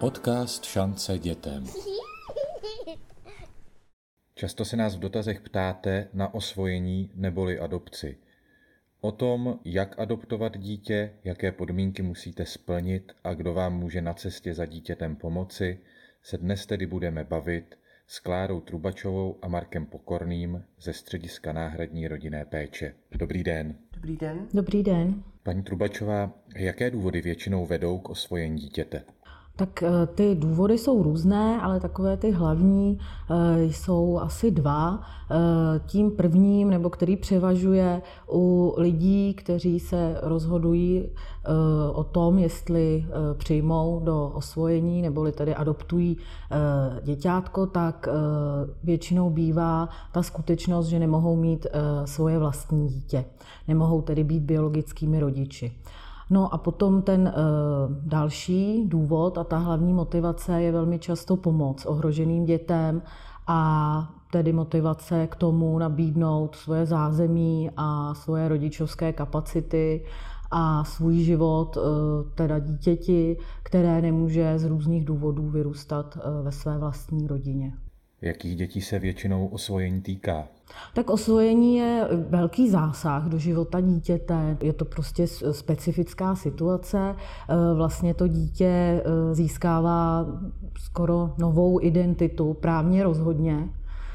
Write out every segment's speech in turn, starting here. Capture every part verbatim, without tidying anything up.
Podcast Šance dětem. Často se nás v dotazech ptáte na osvojení neboli adopci. O tom, jak adoptovat dítě, jaké podmínky musíte splnit a kdo vám může na cestě za dítětem pomoci, se dnes tedy budeme bavit s Klárou Trubačovou a Markem Pokorným ze Střediska náhradní rodinné péče. Dobrý den. Dobrý den. Dobrý den. Paní Trubačová, jaké důvody většinou vedou k osvojení dítěte? Tak ty důvody jsou různé, ale takové ty hlavní jsou asi dva. Tím prvním, nebo který převažuje u lidí, kteří se rozhodují o tom, jestli přijmou do osvojení, neboli tedy adoptují děťátko, tak většinou bývá ta skutečnost, že nemohou mít svoje vlastní dítě. Nemohou tedy být biologickými rodiči. No a potom ten e, další důvod a ta hlavní motivace je velmi často pomoc ohroženým dětem a tedy motivace k tomu nabídnout svoje zázemí a svoje rodičovské kapacity a svůj život e, teda dítěti, které nemůže z různých důvodů vyrůstat e, ve své vlastní rodině. Jakých dětí se většinou osvojení týká? Tak osvojení je velký zásah do života dítěte. Je to prostě specifická situace. Vlastně to dítě získává skoro novou identitu, právně rozhodně,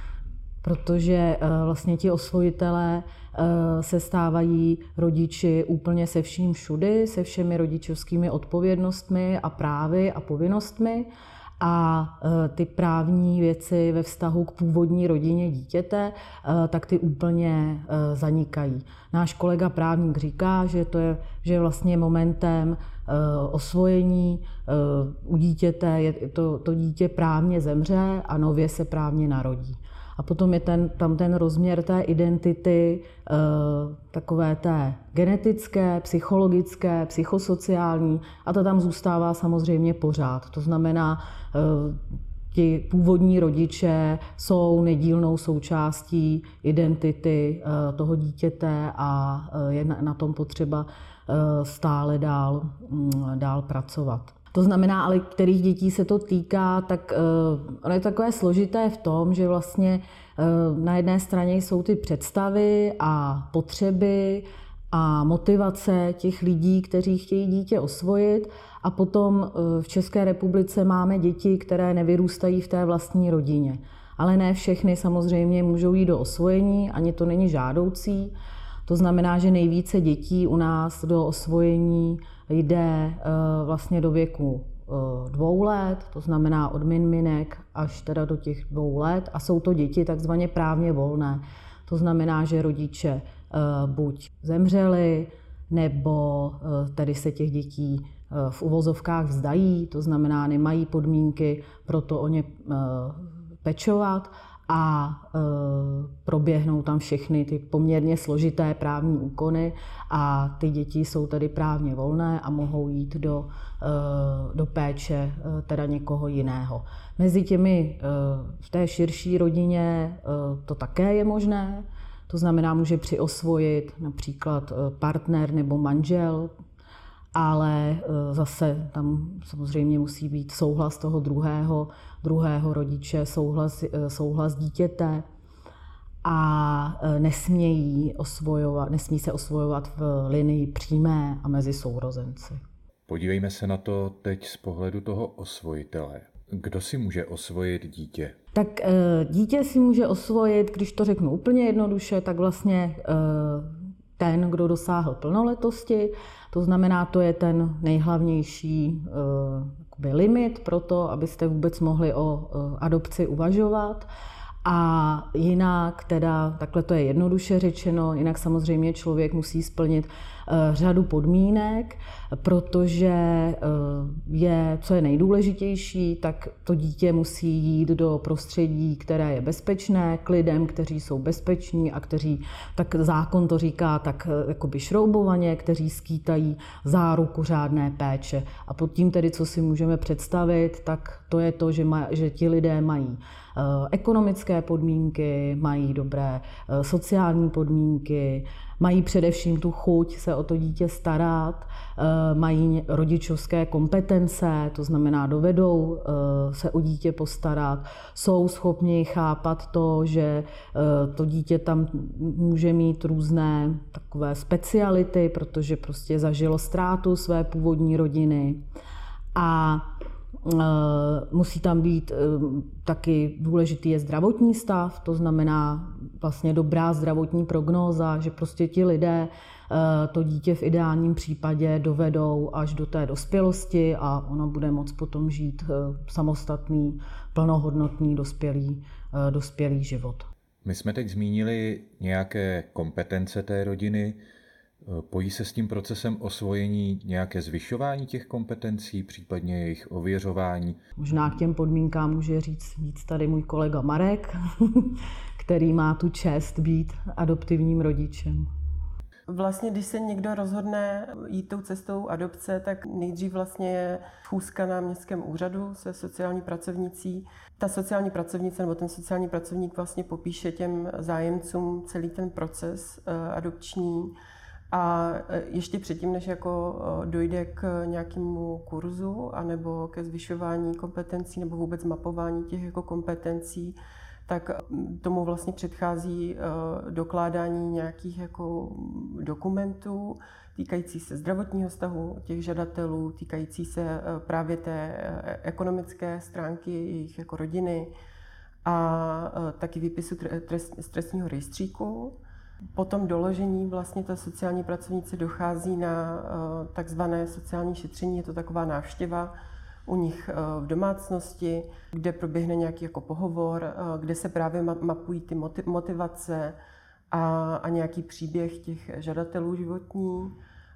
protože vlastně ti osvojitelé se stávají rodiči úplně se vším všudy, se všemi rodičovskými odpovědnostmi a právy a povinnostmi. A ty právní věci ve vztahu k původní rodině dítěte, tak ty úplně zanikají. Náš kolega právník říká, že to je, že vlastně momentem osvojení u dítěte je to, to dítě právně zemře a nově se právně narodí. A potom je ten, tam ten rozměr té identity, takové té genetické, psychologické, psychosociální, a to tam zůstává samozřejmě pořád. To znamená, ti původní rodiče jsou nedílnou součástí identity toho dítěte a je na tom potřeba stále dál, dál pracovat. To znamená, ale kterých dětí se to týká, tak ono je takové složité v tom, že vlastně na jedné straně jsou ty představy a potřeby a motivace těch lidí, kteří chtějí dítě osvojit, a potom v České republice máme děti, které nevyrůstají v té vlastní rodině. Ale ne všechny samozřejmě můžou jít do osvojení, ani to není žádoucí. To znamená, že nejvíce dětí u nás do osvojení jde vlastně do věku dvou let, to znamená od miminek až teda do těch dvou let, a jsou to děti takzvaně právně volné. To znamená, že rodiče buď zemřeli, nebo tedy se těch dětí v uvozovkách vzdají, to znamená, nemají podmínky pro to o ně pečovat, a e, proběhnou tam všechny ty poměrně složité právní úkony a ty děti jsou tedy právně volné a mohou jít do, e, do péče e, teda někoho jiného. Mezi těmi e, v té širší rodině e, to také je možné, to znamená, může přiosvojit například partner nebo manžel, ale zase tam samozřejmě musí být souhlas toho druhého, druhého rodiče, souhlas, souhlas dítěte a nesmějí osvojovat, nesmí se osvojovat v linii přímé a mezi sourozenci. Podívejme se na to teď z pohledu toho osvojitele. Kdo si může osvojit dítě? Tak dítě si může osvojit, když to řeknu úplně jednoduše, tak vlastně ten, kdo dosáhl plnoletosti, to znamená, to je ten nejhlavnější uh, limit pro to, abyste vůbec mohli o uh, adopci uvažovat. A jinak, teda, takhle to je jednoduše řečeno, jinak samozřejmě člověk musí splnit uh, řadu podmínek, protože uh, je, co je nejdůležitější, tak to dítě musí jít do prostředí, které je bezpečné, k lidem, kteří jsou bezpeční a kteří, tak zákon to říká tak uh, jakoby šroubovaně, kteří skýtají záruku řádné péče. A pod tím tedy, co si můžeme představit, tak to je to, že, maj, že ti lidé mají ekonomické podmínky, mají dobré sociální podmínky, mají především tu chuť se o to dítě starat, mají rodičovské kompetence, to znamená dovedou se o dítě postarat, jsou schopni chápat to, že to dítě tam může mít různé takové speciality, protože prostě zažilo ztrátu své původní rodiny a musí tam být taky důležitý je zdravotní stav, to znamená vlastně dobrá zdravotní prognóza, že prostě ti lidé to dítě v ideálním případě dovedou až do té dospělosti a ono bude moct potom žít samostatný, plnohodnotný dospělý, dospělý život. My jsme teď zmínili nějaké kompetence té rodiny. Pojí se s tím procesem osvojení nějaké zvyšování těch kompetencí, případně jejich ověřování? Možná k těm podmínkám může říct víc tady můj kolega Marek, který má tu čest být adoptivním rodičem. Vlastně, když se někdo rozhodne jít tou cestou adopce, tak nejdřív vlastně je schůzka na městském úřadu se sociální pracovnicí. Ta sociální pracovnice nebo ten sociální pracovník vlastně popíše těm zájemcům celý ten proces adopční. A ještě předtím, než jako dojde k nějakému kurzu anebo ke zvyšování kompetencí nebo vůbec mapování těch jako kompetencí, tak tomu vlastně předchází dokládání nějakých jako dokumentů týkající se zdravotního stavu těch žadatelů, týkající se právě té ekonomické stránky jejich jako rodiny a taky výpisu z trestního rejstříku. Po tom doložení vlastně ta sociální pracovnice dochází na takzvané sociální šetření, je to taková návštěva u nich v domácnosti, kde proběhne nějaký jako pohovor, kde se právě mapují ty motivace a, a nějaký příběh těch žadatelů životní.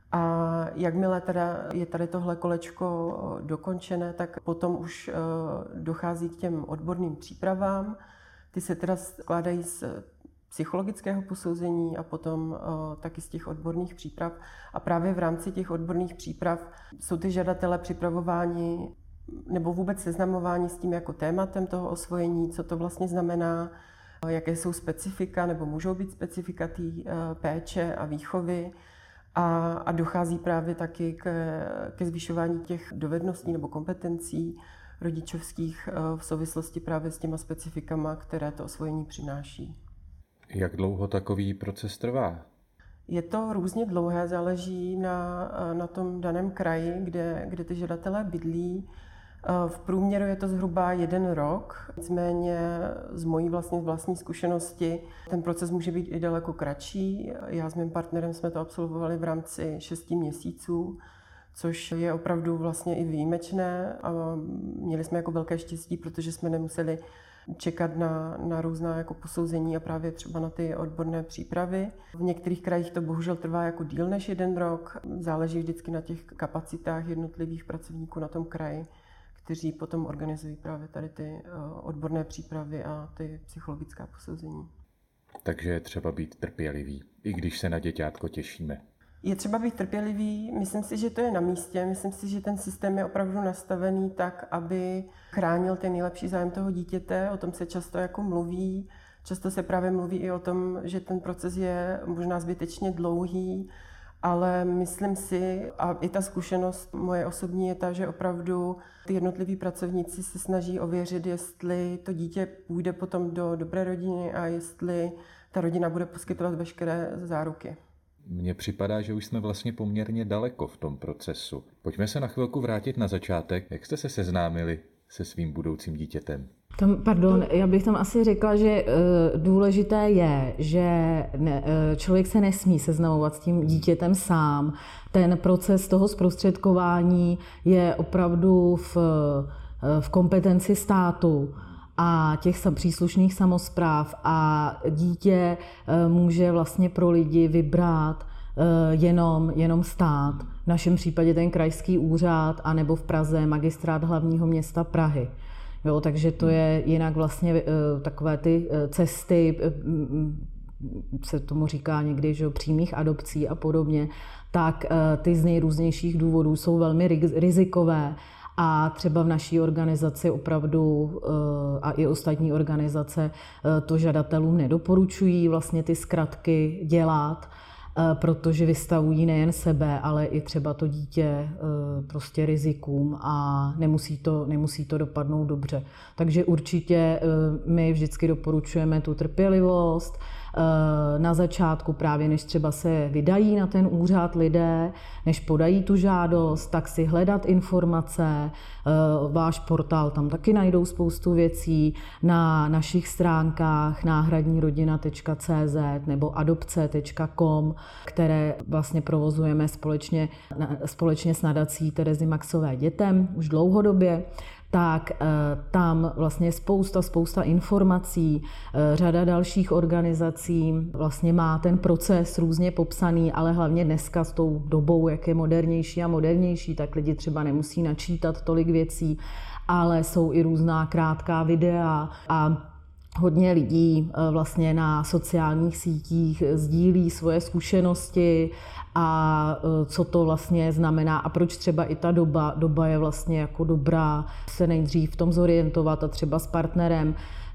A jakmile teda je tady tohle kolečko dokončené, tak potom už dochází k těm odborným přípravám. Ty se teda skládají z psychologického posouzení a potom uh, taky z těch odborných příprav. A právě v rámci těch odborných příprav jsou ty žadatelé připravováni nebo vůbec seznamováni s tím jako tématem toho osvojení, co to vlastně znamená, uh, jaké jsou specifika nebo můžou být specifika té uh, péče a výchovy. A, a dochází právě taky ke, ke zvyšování těch dovedností nebo kompetencí rodičovských uh, v souvislosti právě s těma specifikama, které to osvojení přináší. Jak dlouho takový proces trvá? Je to různě dlouhé, záleží na, na tom daném kraji, kde, kde ty žadatelé bydlí. V průměru je to zhruba jeden rok, nicméně z mojí vlastně vlastní zkušenosti ten proces může být i daleko kratší. Já s mým partnerem jsme to absolvovali v rámci šesti měsíců, což je opravdu vlastně i výjimečné a měli jsme jako velké štěstí, protože jsme nemuseli čekat na, na různá jako posouzení a právě třeba na ty odborné přípravy. V některých krajích to bohužel trvá jako díl než jeden rok. Záleží vždycky na těch kapacitách jednotlivých pracovníků na tom kraji, kteří potom organizují právě tady ty odborné přípravy a ty psychologická posouzení. Takže je třeba být trpělivý, i když se na děťátko těšíme. Je třeba být trpělivý, myslím si, že to je na místě, myslím si, že ten systém je opravdu nastavený tak, aby chránil ten nejlepší zájem toho dítěte, o tom se často jako mluví. Často se právě mluví i o tom, že ten proces je možná zbytečně dlouhý, ale myslím si, a i ta zkušenost moje osobní je ta, že opravdu ty jednotliví pracovníci se snaží ověřit, jestli to dítě půjde potom do dobré rodiny a jestli ta rodina bude poskytovat veškeré záruky. Mně připadá, že už jsme vlastně poměrně daleko v tom procesu. Pojďme se na chvilku vrátit na začátek. Jak jste se seznámili se svým budoucím dítětem? Tam, pardon, já bych tam asi řekla, že uh, důležité je, že ne, uh, člověk se nesmí seznamovat s tím dítětem sám. Ten proces toho zprostředkování je opravdu v, uh, v kompetenci státu a těch příslušných samospráv a dítě uh, může vlastně pro lidi vybrat uh, jenom, jenom stát. V našem případě ten krajský úřad anebo v Praze magistrát hlavního města Prahy. Jo, takže to je jinak vlastně takové ty cesty, se tomu říká někdy, že přímých adopcí a podobně, tak ty z nejrůznějších důvodů jsou velmi rizikové a třeba v naší organizaci opravdu a i ostatní organizace to žadatelům nedoporučují vlastně ty zkratky dělat. protože vystavují nejen sebe, ale i třeba to dítě prostě rizikům a nemusí to, nemusí to dopadnout dobře. Takže určitě my vždycky doporučujeme tu trpělivost, na začátku právě, než třeba se vydají na ten úřad lidé, než podají tu žádost, tak si hledat informace. Váš portál, tam taky najdou spoustu věcí na našich stránkách náhradní rodina tečka cé zet nebo adopce tečka com, které vlastně provozujeme společně, společně s nadací Terezy Maxové dětem už dlouhodobě. Tak tam vlastně spousta, spousta informací, řada dalších organizací vlastně má ten proces různě popsaný, ale hlavně dneska s tou dobou, jak je modernější a modernější, tak lidi třeba nemusí načítat tolik věcí, ale jsou i různá krátká videa a hodně lidí vlastně na sociálních sítích sdílí svoje zkušenosti a co to vlastně znamená a proč třeba i ta doba, doba je vlastně jako dobrá se nejdřív v tom zorientovat a třeba s partnerem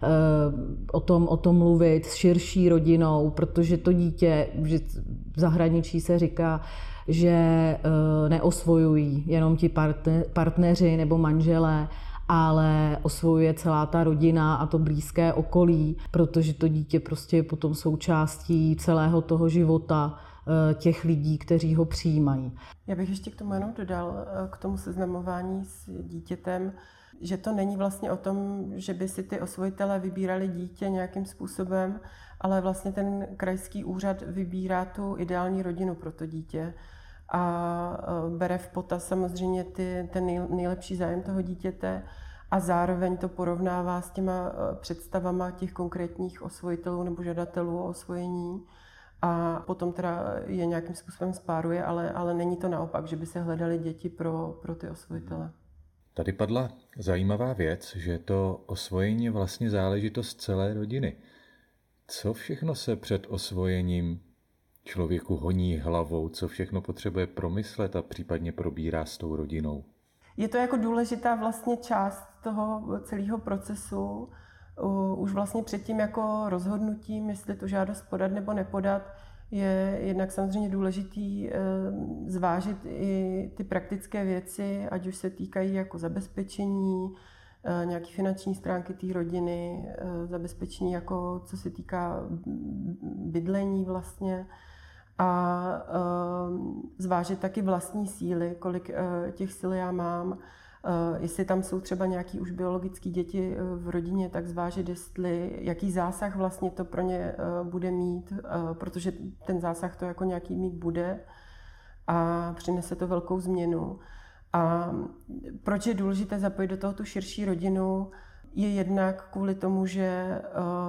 o tom, o tom mluvit s širší rodinou, protože to dítě, v zahraničí se říká, že neosvojují jenom ti partneři nebo manželé, ale osvojuje celá ta rodina a to blízké okolí, protože to dítě prostě je potom součástí celého toho života těch lidí, kteří ho přijímají. Já bych ještě k tomu jenom dodal, k tomu seznamování s dítětem, že to není vlastně o tom, že by si ty osvojitelé vybírali dítě nějakým způsobem, ale vlastně ten krajský úřad vybírá tu ideální rodinu pro to dítě a bere v potaz samozřejmě ty, ten nejlepší zájem toho dítěte a zároveň to porovnává s těma představama těch konkrétních osvojitelů nebo žadatelů o osvojení a potom teda je nějakým způsobem spáruje, ale, ale není to naopak, že by se hledaly děti pro, pro ty osvojitele. Tady padla zajímavá věc, že to osvojení je vlastně záležitost celé rodiny. Co všechno se před osvojením člověku honí hlavou, co všechno potřebuje promyslet a případně probírá s tou rodinou? Je to jako důležitá vlastně část toho celého procesu. Už vlastně před tím jako rozhodnutím, jestli tu žádost podat nebo nepodat, je jednak samozřejmě důležitý zvážit i ty praktické věci, ať už se týkají jako zabezpečení, nějaké finanční stránky té rodiny, zabezpečení jako co se týká bydlení vlastně a zvážit taky vlastní síly, kolik těch sil já mám. Jestli tam jsou třeba nějaké už biologické děti v rodině, tak zvážit, jestli, jaký zásah vlastně to pro ně bude mít, protože ten zásah to jako nějaký mít bude a přinese to velkou změnu. A proč je důležité zapojit do toho tu širší rodinu, je jednak kvůli tomu, že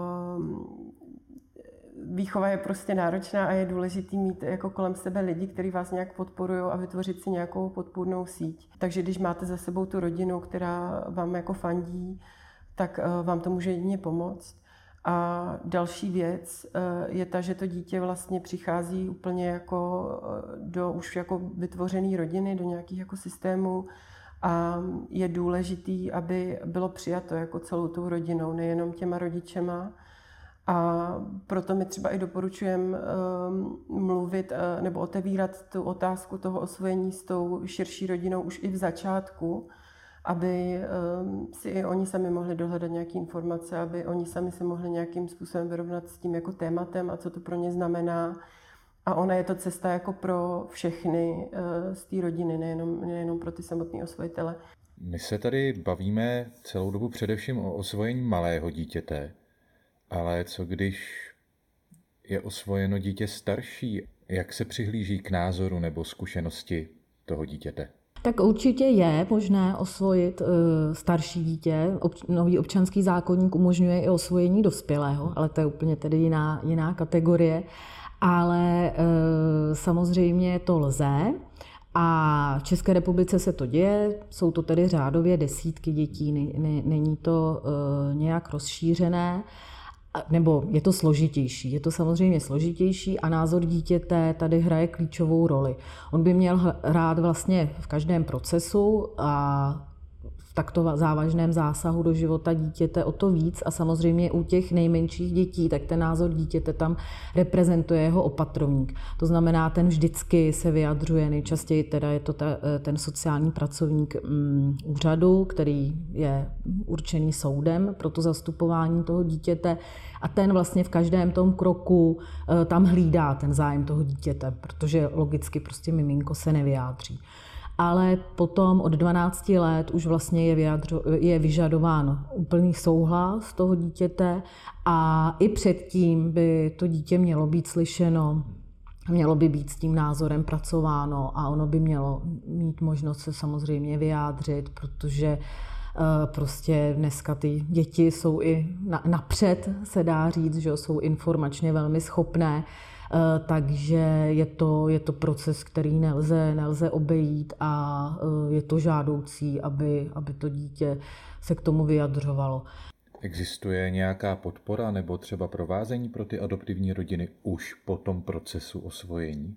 výchova je prostě náročná a je důležitý mít jako kolem sebe lidi, kteří vás nějak podporují a vytvořit si nějakou podpůrnou síť. Takže když máte za sebou tu rodinu, která vám jako fandí, tak vám to může jedině pomoct. A další věc je ta, že to dítě vlastně přichází úplně jako do už jako vytvořené rodiny, do nějakých jako systémů a je důležitý, aby bylo přijato jako celou tou rodinou, nejenom těma rodičema. A proto my třeba i doporučujeme uh, mluvit uh, nebo otevírat tu otázku toho osvojení s tou širší rodinou už i v začátku, aby uh, si i oni sami mohli dohledat nějaké informace, aby oni sami se mohli nějakým způsobem vyrovnat s tím jako tématem a co to pro ně znamená. A ona je to cesta jako pro všechny uh, z té rodiny, nejenom, nejenom pro ty samotné osvojitele. My se tady bavíme celou dobu především o osvojení malého dítěte. Ale co když je osvojeno dítě starší? Jak se přihlíží k názoru nebo zkušenosti toho dítěte? Tak určitě je možné osvojit uh, starší dítě. Ob- nový občanský zákoník umožňuje i osvojení dospělého, ale to je úplně tedy jiná, jiná kategorie. Ale uh, samozřejmě to lze. A v České republice se to děje, jsou to tedy řádově desítky dětí, není to uh, nějak rozšířené. Nebo je to složitější, je to samozřejmě složitější a názor dítěte tady hraje klíčovou roli. On by měl hrát vlastně v každém procesu a v takto závažném zásahu do života dítěte o to víc a samozřejmě u těch nejmenších dětí, tak ten názor dítěte tam reprezentuje jeho opatrovník. To znamená, ten vždycky se vyjadřuje, nejčastěji teda je to ta, ten sociální pracovník um, úřadu, který je určený soudem pro to zastupování toho dítěte a ten vlastně v každém tom kroku uh, tam hlídá ten zájem toho dítěte, protože logicky prostě miminko se nevyjádří. Ale potom od dvanácti let už vlastně je, vyjadřo, je vyžadován úplný souhlas toho dítěte a i předtím by to dítě mělo být slyšeno, mělo by být s tím názorem pracováno a ono by mělo mít možnost se samozřejmě vyjádřit, protože prostě dneska ty děti jsou i napřed, se dá říct, že jsou informačně velmi schopné, takže je to, je to proces, který nelze, nelze obejít a je to žádoucí, aby, aby to dítě se k tomu vyjadřovalo. Existuje nějaká podpora nebo třeba provázení pro ty adoptivní rodiny už po tom procesu osvojení?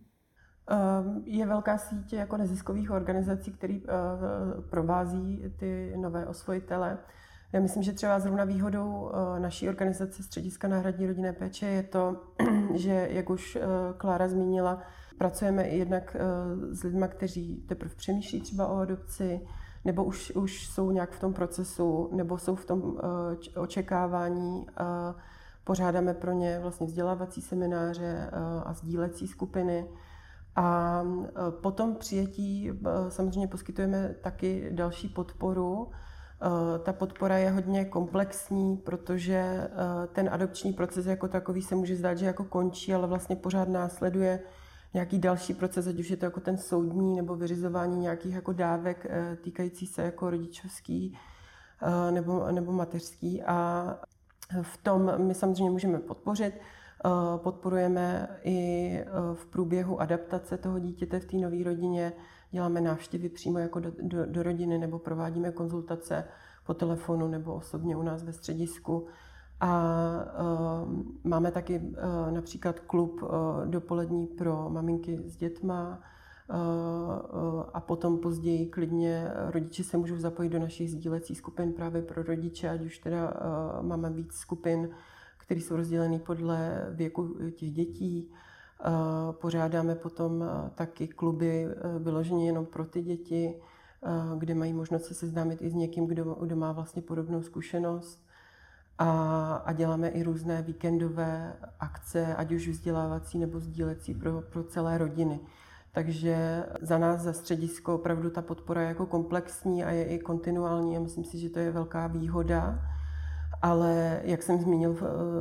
Je velká síť jako neziskových organizací, který provází ty nové osvojitele. Já myslím, že třeba zrovna výhodou naší organizace Střediska náhradní rodinné péče je to, že, jak už Klára zmínila, pracujeme i jednak s lidmi, kteří teprve přemýšlí třeba o adopci, nebo už, už jsou nějak v tom procesu, nebo jsou v tom očekávání. Pořádáme pro ně vlastně vzdělávací semináře a sdílecí skupiny. A po tom přijetí samozřejmě poskytujeme taky další podporu. Ta podpora je hodně komplexní, protože ten adopční proces jako takový se může zdát, že jako končí, ale vlastně pořád následuje nějaký další proces, ať už je to jako ten soudní nebo vyřizování nějakých jako dávek týkající se jako rodičovský nebo, nebo mateřský. A v tom my samozřejmě můžeme podpořit. Podporujeme i v průběhu adaptace toho dítěte v té nové rodině. Děláme návštěvy přímo jako do, do, do rodiny nebo provádíme konzultace po telefonu nebo osobně u nás ve středisku. A uh, máme taky uh, například klub uh, dopolední pro maminky s dětma uh, uh, a potom později klidně rodiče se můžou zapojit do našich sdílecích skupin právě pro rodiče, ať už teda uh, máme víc skupin, které jsou rozdělené podle věku těch dětí. Pořádáme potom taky kluby vyloženě jenom pro ty děti, kde mají možnost se seznámit i s někým, kdo, kdo má vlastně podobnou zkušenost. A, a děláme i různé víkendové akce, ať už vzdělávací nebo sdílecí pro, pro celé rodiny. Takže za nás, za středisko, opravdu ta podpora je jako komplexní a je i kontinuální a myslím si, že to je velká výhoda. Ale jak jsem zmínil,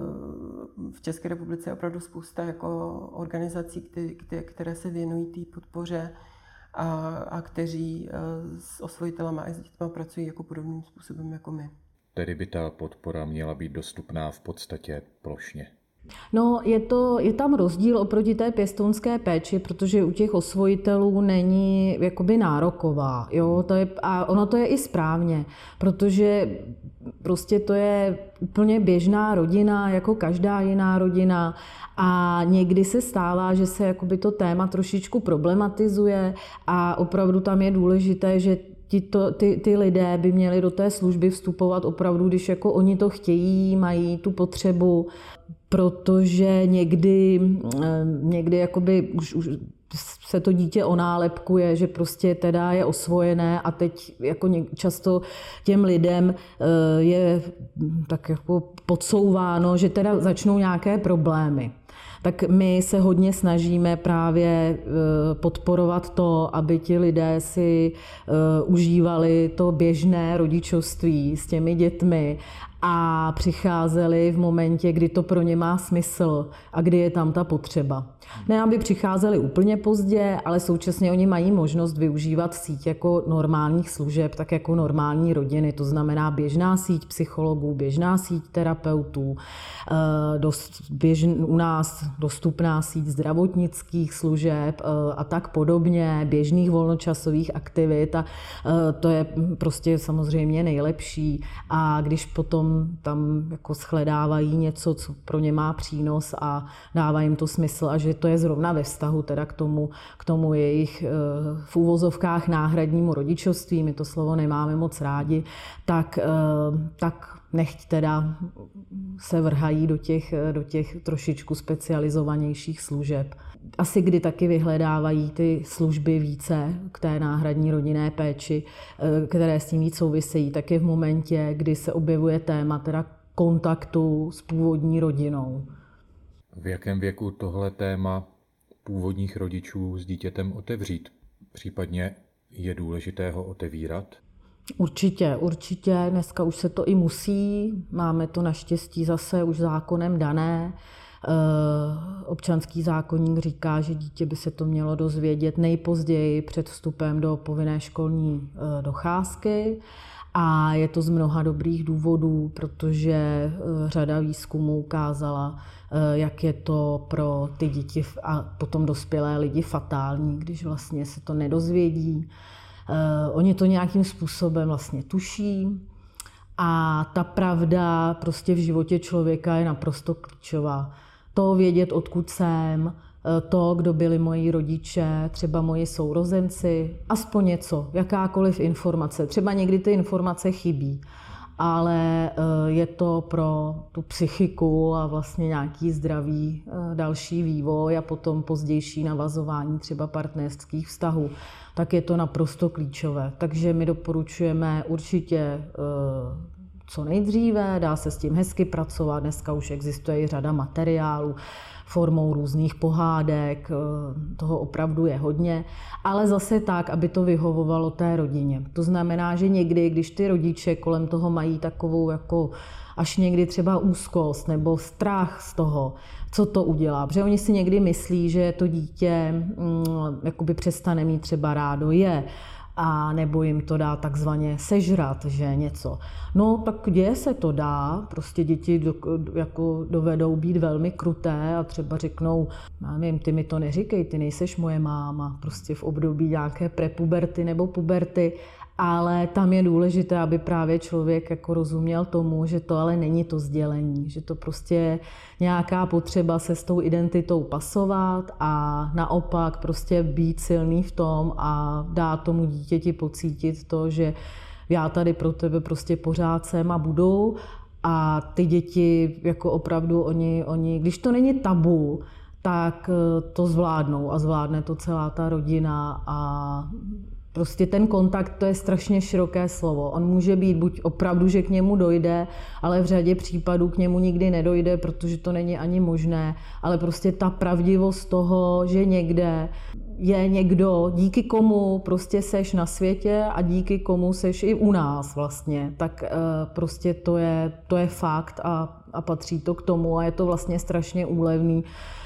v České republice je opravdu spousta jako organizací, které se věnují té podpoře a, a kteří s osvojitelama a s dětmi pracují jako podobným způsobem jako my. Tedy by ta podpora měla být dostupná v podstatě plošně. No, je, to, je tam rozdíl oproti té pěstounské péči, protože u těch osvojitelů není jakoby nároková. Jo? To je, a ono to je i správně, protože prostě to je úplně běžná rodina, jako každá jiná rodina. A někdy se stává, že se jakoby to téma trošičku problematizuje a opravdu tam je důležité, že Tito, ty, ty lidé by měli do té služby vstupovat opravdu, když jako oni to chtějí, mají tu potřebu, protože někdy, někdy jakoby už, už se to dítě onálepkuje, že prostě teda je osvojené a teď jako často těm lidem je tak jako podsouváno, že teda začnou nějaké problémy. Tak my se hodně snažíme právě podporovat to, aby ti lidé si užívali to běžné rodičovství s těmi dětmi a přicházeli v momentě, kdy to pro ně má smysl a kdy je tam ta potřeba. Ne, aby přicházeli úplně pozdě, ale současně oni mají možnost využívat síť jako normálních služeb, tak jako normální rodiny, to znamená běžná síť psychologů, běžná síť terapeutů, dost, běžn, u nás dostupná síť zdravotnických služeb a tak podobně, běžných volnočasových aktivit a to je prostě samozřejmě nejlepší. A když potom potom tam jako shledávají něco, co pro ně má přínos a dává jim to smysl a že to je zrovna ve vztahu teda k tomu, k tomu jejich v úvozovkách náhradnímu rodičovství, my to slovo nemáme moc rádi, tak, tak nechť teda se vrhají do těch, do těch trošičku specializovanějších služeb. Asi kdy taky vyhledávají ty služby více k té náhradní rodinné péči, které s tím víc souvisejí, tak je v momentě, kdy se objevuje téma teda kontaktu s původní rodinou. V jakém věku tohle téma původních rodičů s dítětem otevřít? Případně je důležité ho otevírat? Určitě, určitě. Dneska už se to i musí. Máme to naštěstí zase už zákonem dané. Občanský zákoník říká, že dítě by se to mělo dozvědět nejpozději před vstupem do povinné školní docházky. A je to z mnoha dobrých důvodů, protože řada výzkumů ukázala, jak je to pro ty děti a potom dospělé lidi fatální, když vlastně se to nedozvědí. Oni to nějakým způsobem vlastně tuší a ta pravda prostě v životě člověka je naprosto klíčová. To vědět, odkud jsem, to, kdo byli moji rodiče, třeba moji sourozenci, aspoň něco, jakákoliv informace. Třeba někdy ty informace chybí, ale je to pro tu psychiku a vlastně nějaký zdravý další vývoj a potom pozdější navazování třeba partnerských vztahů, tak je to naprosto klíčové. Takže my doporučujeme určitě co nejdříve, dá se s tím hezky pracovat, dneska už existuje i řada materiálů formou různých pohádek, toho opravdu je hodně, ale zase tak, aby to vyhovovalo té rodině. To znamená, že někdy, když ty rodiče kolem toho mají takovou jako až někdy třeba úzkost nebo strach z toho, co to udělá. Protože oni si někdy myslí, že to dítě mm, jakoby přestane mít třeba rádo je, a nebo jim to dá takzvaně sežrat, že něco. No tak děje se to dá, prostě děti do, jako dovedou být velmi kruté a třeba řeknou, já nevím, ty mi to neříkej, ty nejseš moje máma, prostě v období nějaké prepuberty nebo puberty, ale tam je důležité, aby právě člověk jako rozuměl tomu, že to ale není to sdělení, že to prostě je nějaká potřeba se s tou identitou pasovat a naopak prostě být silný v tom a dát tomu dítěti pocítit to, že já tady pro tebe prostě pořád jsem a budu a ty děti jako opravdu oni, oni, když to není tabu, tak to zvládnou a zvládne to celá ta rodina a prostě ten kontakt, to je strašně široké slovo. On může být buď opravdu, že k němu dojde, ale v řadě případů k němu nikdy nedojde, protože to není ani možné. Ale prostě ta pravdivost toho, že někde je někdo, díky komu prostě seš na světě a díky komu seš i u nás vlastně, tak prostě to je, to je fakt a, a patří to k tomu a je to vlastně strašně úlevný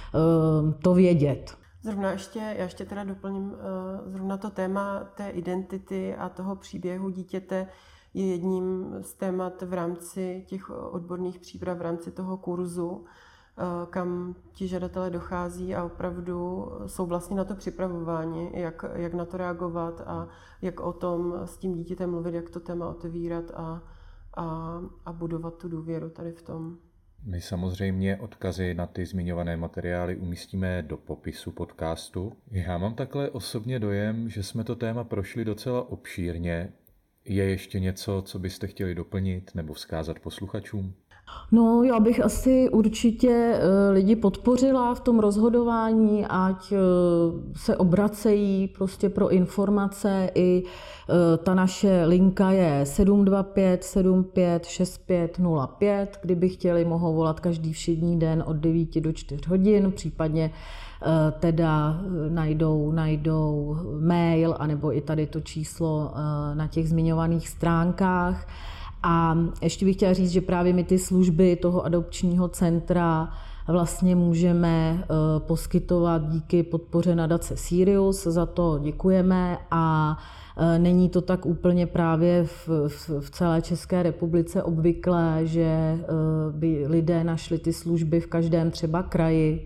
to vědět. Zrovna ještě, já ještě teda doplním, zrovna to téma té identity a toho příběhu dítěte je jedním z témat v rámci těch odborných příprav, v rámci toho kurzu, kam ti žadatelé dochází a opravdu jsou vlastně na to připravováni, jak, jak na to reagovat a jak o tom s tím dítětem mluvit, jak to téma otevírat a, a, a budovat tu důvěru tady v tom. My samozřejmě odkazy na ty zmiňované materiály umístíme do popisu podcastu. Já mám takhle osobně dojem, že jsme to téma prošli docela obšírně. Je ještě něco, co byste chtěli doplnit nebo vzkázat posluchačům? No, já bych asi určitě lidi podpořila v tom rozhodování, ať se obracejí prostě pro informace. I ta naše linka je sedm dva pět sedm pět šest pět nula pět. Kdyby chtěli, mohou volat každý všední den od devíti do čtyř hodin, případně teda najdou, najdou mail anebo i tady to číslo na těch zmiňovaných stránkách. A ještě bych chtěla říct, že právě my ty služby toho adopčního centra vlastně můžeme poskytovat díky podpoře nadace Sirius, za to děkujeme a není to tak úplně právě v, v, v celé České republice obvyklé, že by lidé našli ty služby v každém třeba kraji,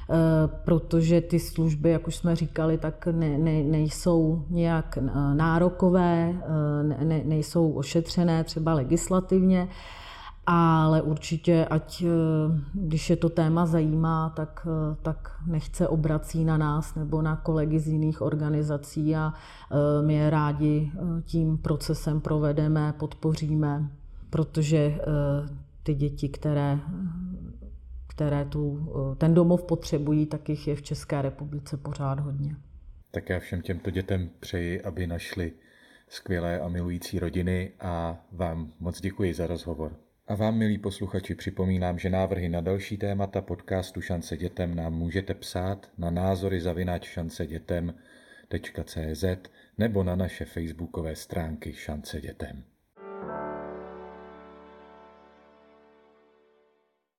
protože ty služby, jak už jsme říkali, tak ne, ne, nejsou nějak nárokové, ne, nejsou ošetřené třeba legislativně. Ale určitě, ať když je to téma zajímá, tak, tak nechce obrací na nás nebo na kolegy z jiných organizací a my je rádi tím procesem provedeme, podpoříme, protože ty děti, které, které tu, ten domov potřebují, tak jich je v České republice pořád hodně. Tak já všem těmto dětem přeji, aby našli skvělé a milující rodiny a vám moc děkuji za rozhovor. A vám, milí posluchači, připomínám, že návrhy na další témata podcastu Šance dětem nám můžete psát na názory zavináč šance dětem tečka cé zet nebo na naše facebookové stránky Šance dětem.